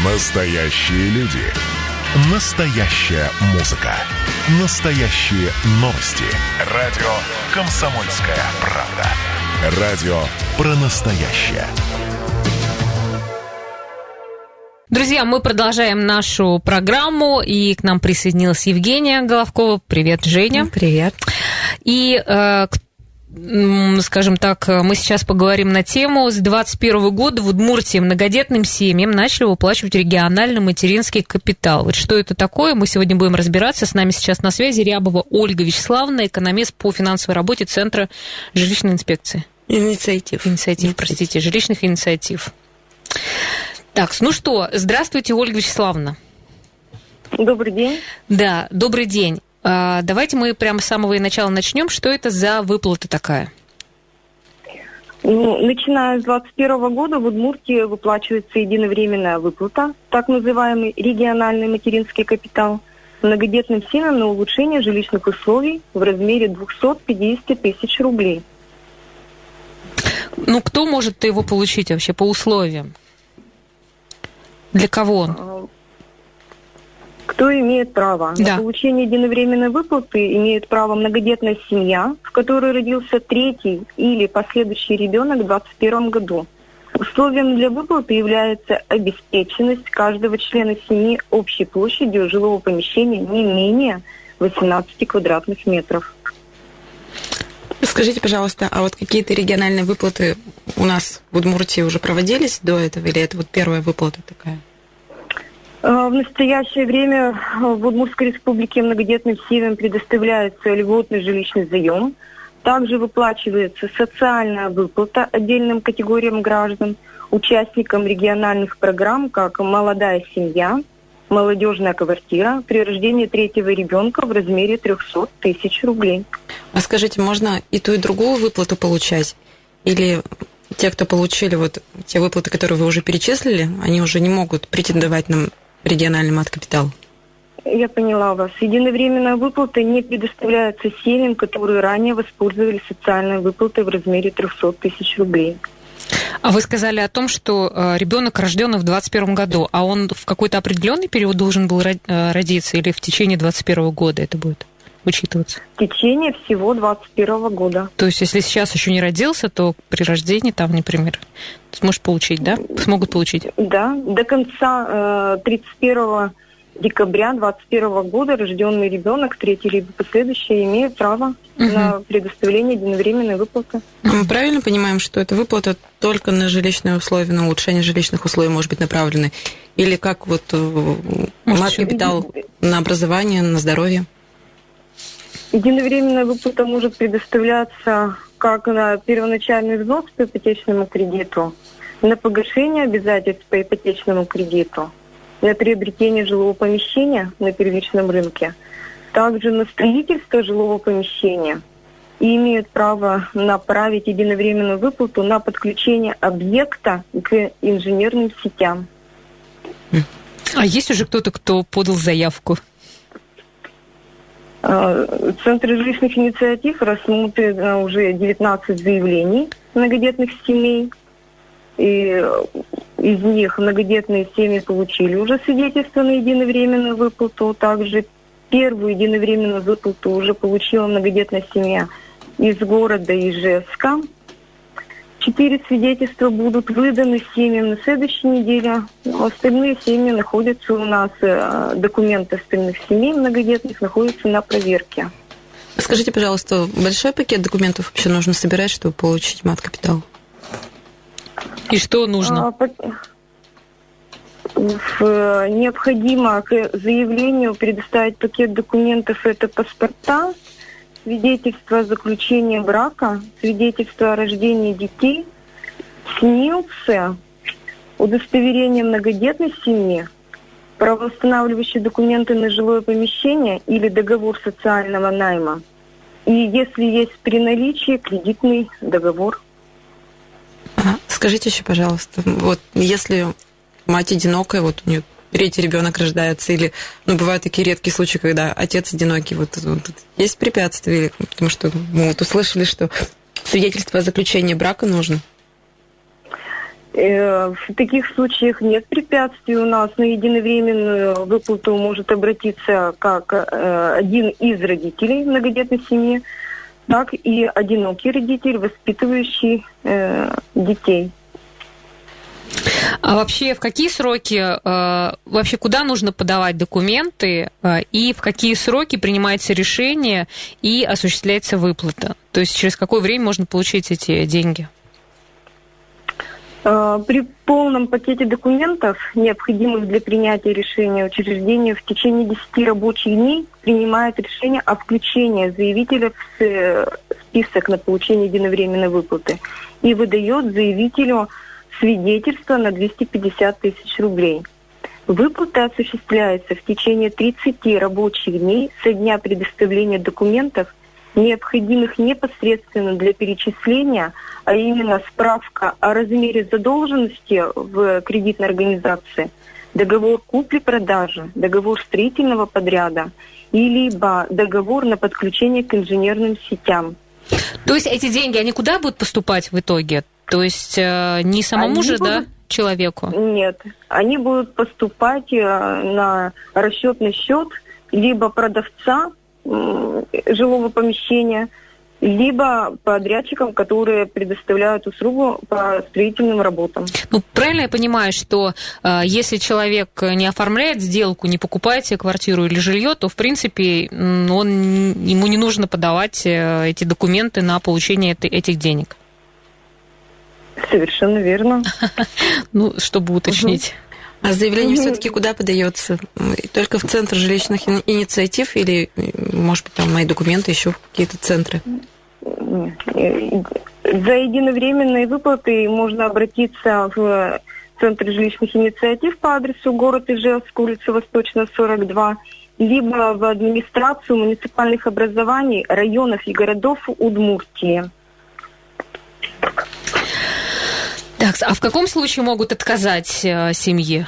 Настоящие люди. Настоящая музыка. Настоящие новости. Радио «Комсомольская правда». Радио про настоящее. Друзья, мы продолжаем нашу программу, и к нам присоединилась Евгения Головкова. Привет, Женя. Привет. И, скажем так, мы сейчас поговорим на тему. С 2021 года в Удмуртии многодетным семьям начали выплачивать региональный материнский капитал. Вот что это такое, мы сегодня будем разбираться. С нами сейчас на связи Рябова Ольга Вячеславовна, экономист по финансовой работе Центра жилищной инспекции. Инициатив, жилищных инициатив. Так, ну что, здравствуйте, Ольга Вячеславовна. Добрый день. Да, добрый день. Давайте мы прямо с самого начала начнем. Что это за выплата такая? Начиная с 2021 года в Удмуртии выплачивается единовременная выплата, так называемый региональный материнский капитал, многодетным семьям на улучшение жилищных условий в размере 250 тысяч рублей. Ну, кто может его получить вообще по условиям? Для кого он? Кто имеет право? Да. На получение единовременной выплаты имеет право многодетная семья, в которой родился третий или последующий ребенок в 2021 году. Условием для выплаты является обеспеченность каждого члена семьи общей площадью жилого помещения не менее 18 квадратных метров. Скажите, пожалуйста, а вот какие-то региональные выплаты у нас в Удмуртии уже проводились до этого, или это вот первая выплата такая? В настоящее время в Удмуртской республике многодетным семьям предоставляется льготный жилищный заем. Также выплачивается социальная выплата отдельным категориям граждан, участникам региональных программ, как «Молодая семья», «Молодежная квартира» при рождении третьего ребенка в размере 300 тысяч рублей. А скажите, можно и ту, и другую выплату получать? Или те, кто получили вот те выплаты, которые вы уже перечислили, они уже не могут претендовать на региональный мат-капитал? Я поняла вас. Единовременная выплата не предоставляется семьям, которые ранее воспользовались социальной выплатой в размере 300 тысяч рублей. А вы сказали о том, что ребенок рожденный в 2021 году, а он в какой-то определенный период должен был родиться или в течение 2021 года это будет учитываться? В течение всего 2021 года. То есть, если сейчас еще не родился, то при рождении там, например, сможет получить, да? Смогут получить? Да, до конца 31 декабря 2021 года рожденный ребенок, третий либо последующий, имеет право на предоставление единовременной выплаты. Мы правильно понимаем, что эта выплата только на жилищные условия, на улучшение жилищных условий может быть направлена? Или как вот мат-капитал на образование, на здоровье? Единовременная выплата может предоставляться как на первоначальный взнос по ипотечному кредиту, на погашение обязательств по ипотечному кредиту, на приобретение жилого помещения на первичном рынке, также на строительство жилого помещения, и имеют право направить единовременную выплату на подключение объекта к инженерным сетям. А есть уже кто-то, кто подал заявку? Центр жилищных инициатив рассмотрено уже 19 заявлений многодетных семей. И из них многодетные семьи получили уже свидетельство на единовременную выплату. Также первую единовременную выплату уже получила многодетная семья из города Ижевска. 4 свидетельства будут выданы семьям на следующей неделе. Остальные семьи находятся у нас, документы остальных семей многодетных находятся на проверке. Скажите, пожалуйста, большой пакет документов вообще нужно собирать, чтобы получить мат-капитал? И что нужно? Необходимо к заявлению предоставить пакет документов. Это паспорта, свидетельство о заключении брака, свидетельство о рождении детей, СНИЛС, удостоверение многодетной семьи, правоустанавливающие документы на жилое помещение или договор социального найма. И если есть при наличии кредитный договор. Скажите еще, пожалуйста, вот если мать одинокая, вот у нее третий ребенок рождается, или, бывают такие редкие случаи, когда отец одинокий, вот есть препятствия, потому что мы вот услышали, что свидетельство о заключении брака нужно? В таких случаях нет препятствий у нас. На единовременную выплату может обратиться как один из родителей многодетной семьи, так и одинокий родитель, воспитывающий детей. А вообще в какие сроки, вообще куда нужно подавать документы и в какие сроки принимается решение и осуществляется выплата? То есть через какое время можно получить эти деньги? При полном пакете документов, необходимых для принятия решения, учреждение в течение 10 рабочих дней принимает решение о включении заявителя в список на получение единовременной выплаты и выдает заявителю свидетельство на 250 тысяч рублей. Выплата осуществляется в течение 30 рабочих дней со дня предоставления документов, необходимых непосредственно для перечисления, а именно справка о размере задолженности в кредитной организации, договор купли-продажи, договор строительного подряда и либо договор на подключение к инженерным сетям. То есть эти деньги, они куда будут поступать в итоге? То есть не самому же, да, человеку? Нет, они будут поступать на расчетный счет либо продавца жилого помещения, либо подрядчикам, которые предоставляют услугу по строительным работам. Ну, правильно я понимаю, что если человек не оформляет сделку, не покупает себе квартиру или жилье, то, в принципе, ему не нужно подавать эти документы на получение этих денег? Совершенно верно. Ну, чтобы уточнить. А заявление все-таки куда подается? Только в Центр жилищных инициатив или, может быть, там мои документы еще в какие-то центры? За единовременной выплатой можно обратиться в Центр жилищных инициатив по адресу город Ижевск, улица Восточная, 42, либо в администрацию муниципальных образований районов и городов Удмуртии. Так, а в каком случае могут отказать семье?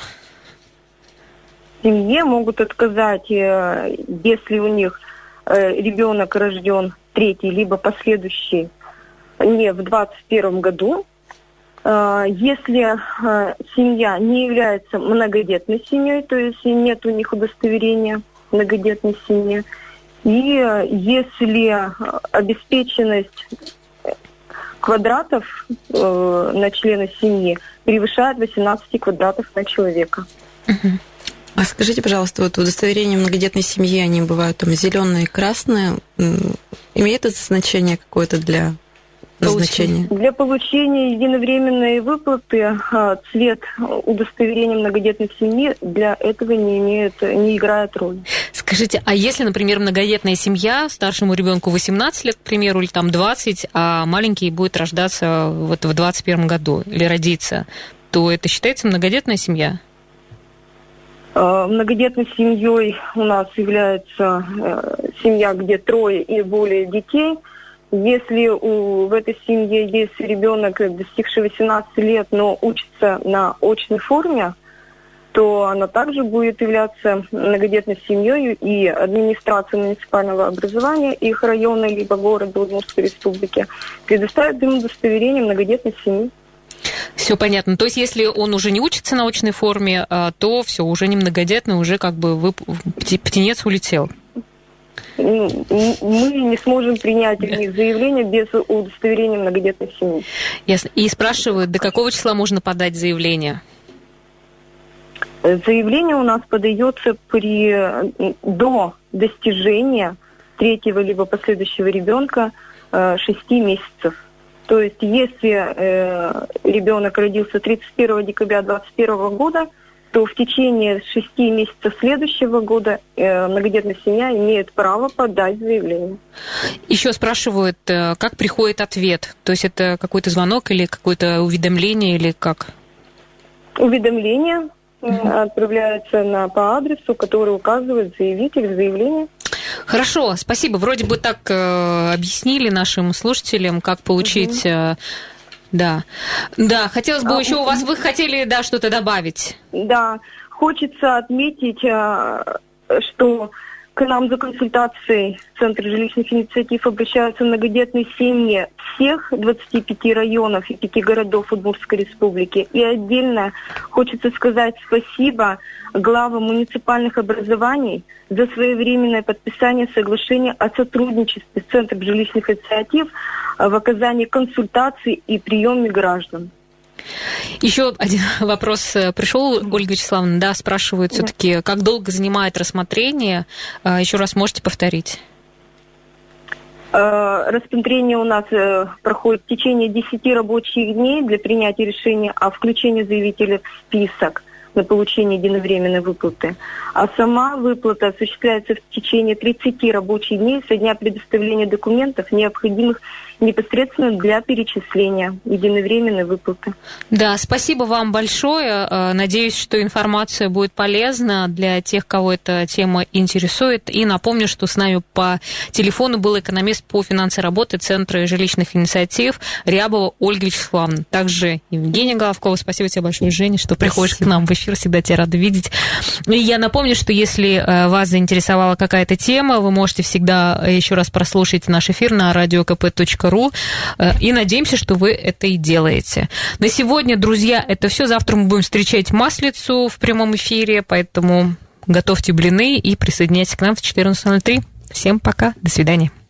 Семье могут отказать, если у них ребенок рожден третий, либо последующий не в 2021 году. Если семья не является многодетной семьей, то есть нет у них удостоверения многодетной семьи, и если обеспеченность квадратов на члена семьи превышает 18 квадратов на человека. А скажите, пожалуйста, вот удостоверения многодетной семьи, они бывают там зеленые, красные. Имеет это значение какое-то для назначения? Для получения единовременной выплаты цвет удостоверения многодетной семьи для этого не играет роли. Скажите, а если, например, многодетная семья, старшему ребенку 18 лет, к примеру, или там 20, а маленький будет рождаться вот в 21 году или родиться, то это считается многодетная семья? Многодетной семьей у нас является семья, где 3 и более детей. Если в этой семье есть ребенок, достигший 18 лет, но учится на очной форме, то она также будет являться многодетной семьей, и администрация муниципального образования их района либо города Удмуртской республики предоставит им удостоверение многодетной семьи. Все понятно. То есть, если он уже не учится на очной форме, то все, уже не многодетный, уже как бы птенец улетел. Мы не сможем принять у них заявление без удостоверения многодетной семьи. Ясно. И спрашивают, до какого числа можно подать заявление? Заявление у нас подается до достижения третьего либо последующего ребенка 6 месяцев. То есть, если ребенок родился 31 декабря 2021 года, то в течение 6 месяцев следующего года многодетная семья имеет право подать заявление. Еще спрашивают, как приходит ответ? То есть это какой-то звонок или какое-то уведомление, или как? Уведомление отправляется по адресу, который указывает заявитель в заявлении. Хорошо, спасибо. Вроде бы так объяснили нашим слушателям, как получить... Да, хотелось бы еще у вас, вы хотели, что-то добавить? Да, хочется отметить, что К нам за консультацией в Центр жилищных инициатив обращаются многодетные семьи всех 25 районов и 5 городов Удмуртской республики. И отдельно хочется сказать спасибо главам муниципальных образований за своевременное подписание соглашения о сотрудничестве с Центром жилищных инициатив в оказании консультаций и приеме граждан. Еще один вопрос пришел, Ольга Вячеславовна, да, спрашивают все-таки, как долго занимает рассмотрение? Еще раз можете повторить? Рассмотрение у нас проходит в течение 10 рабочих дней для принятия решения о включении заявителя в список на получение единовременной выплаты. А сама выплата осуществляется в течение 30 рабочих дней со дня предоставления документов, необходимых непосредственно для перечисления единовременной выплаты. Да, спасибо вам большое. Надеюсь, что информация будет полезна для тех, кого эта тема интересует. И напомню, что с нами по телефону был экономист по финансовой работе Центра жилищных инициатив Рябова Ольга Вячеславовна. Также Евгения Головкова. Спасибо тебе большое, Женя, что приходишь к нам в эфир. Всегда тебя рада видеть. И я напомню, что если вас заинтересовала какая-то тема, вы можете всегда еще раз прослушать наш эфир на radiokp.ru. И надеемся, что вы это и делаете. На сегодня, друзья, это все. Завтра мы будем встречать Маслицу в прямом эфире, поэтому готовьте блины и присоединяйтесь к нам в 14:03. Всем пока, до свидания.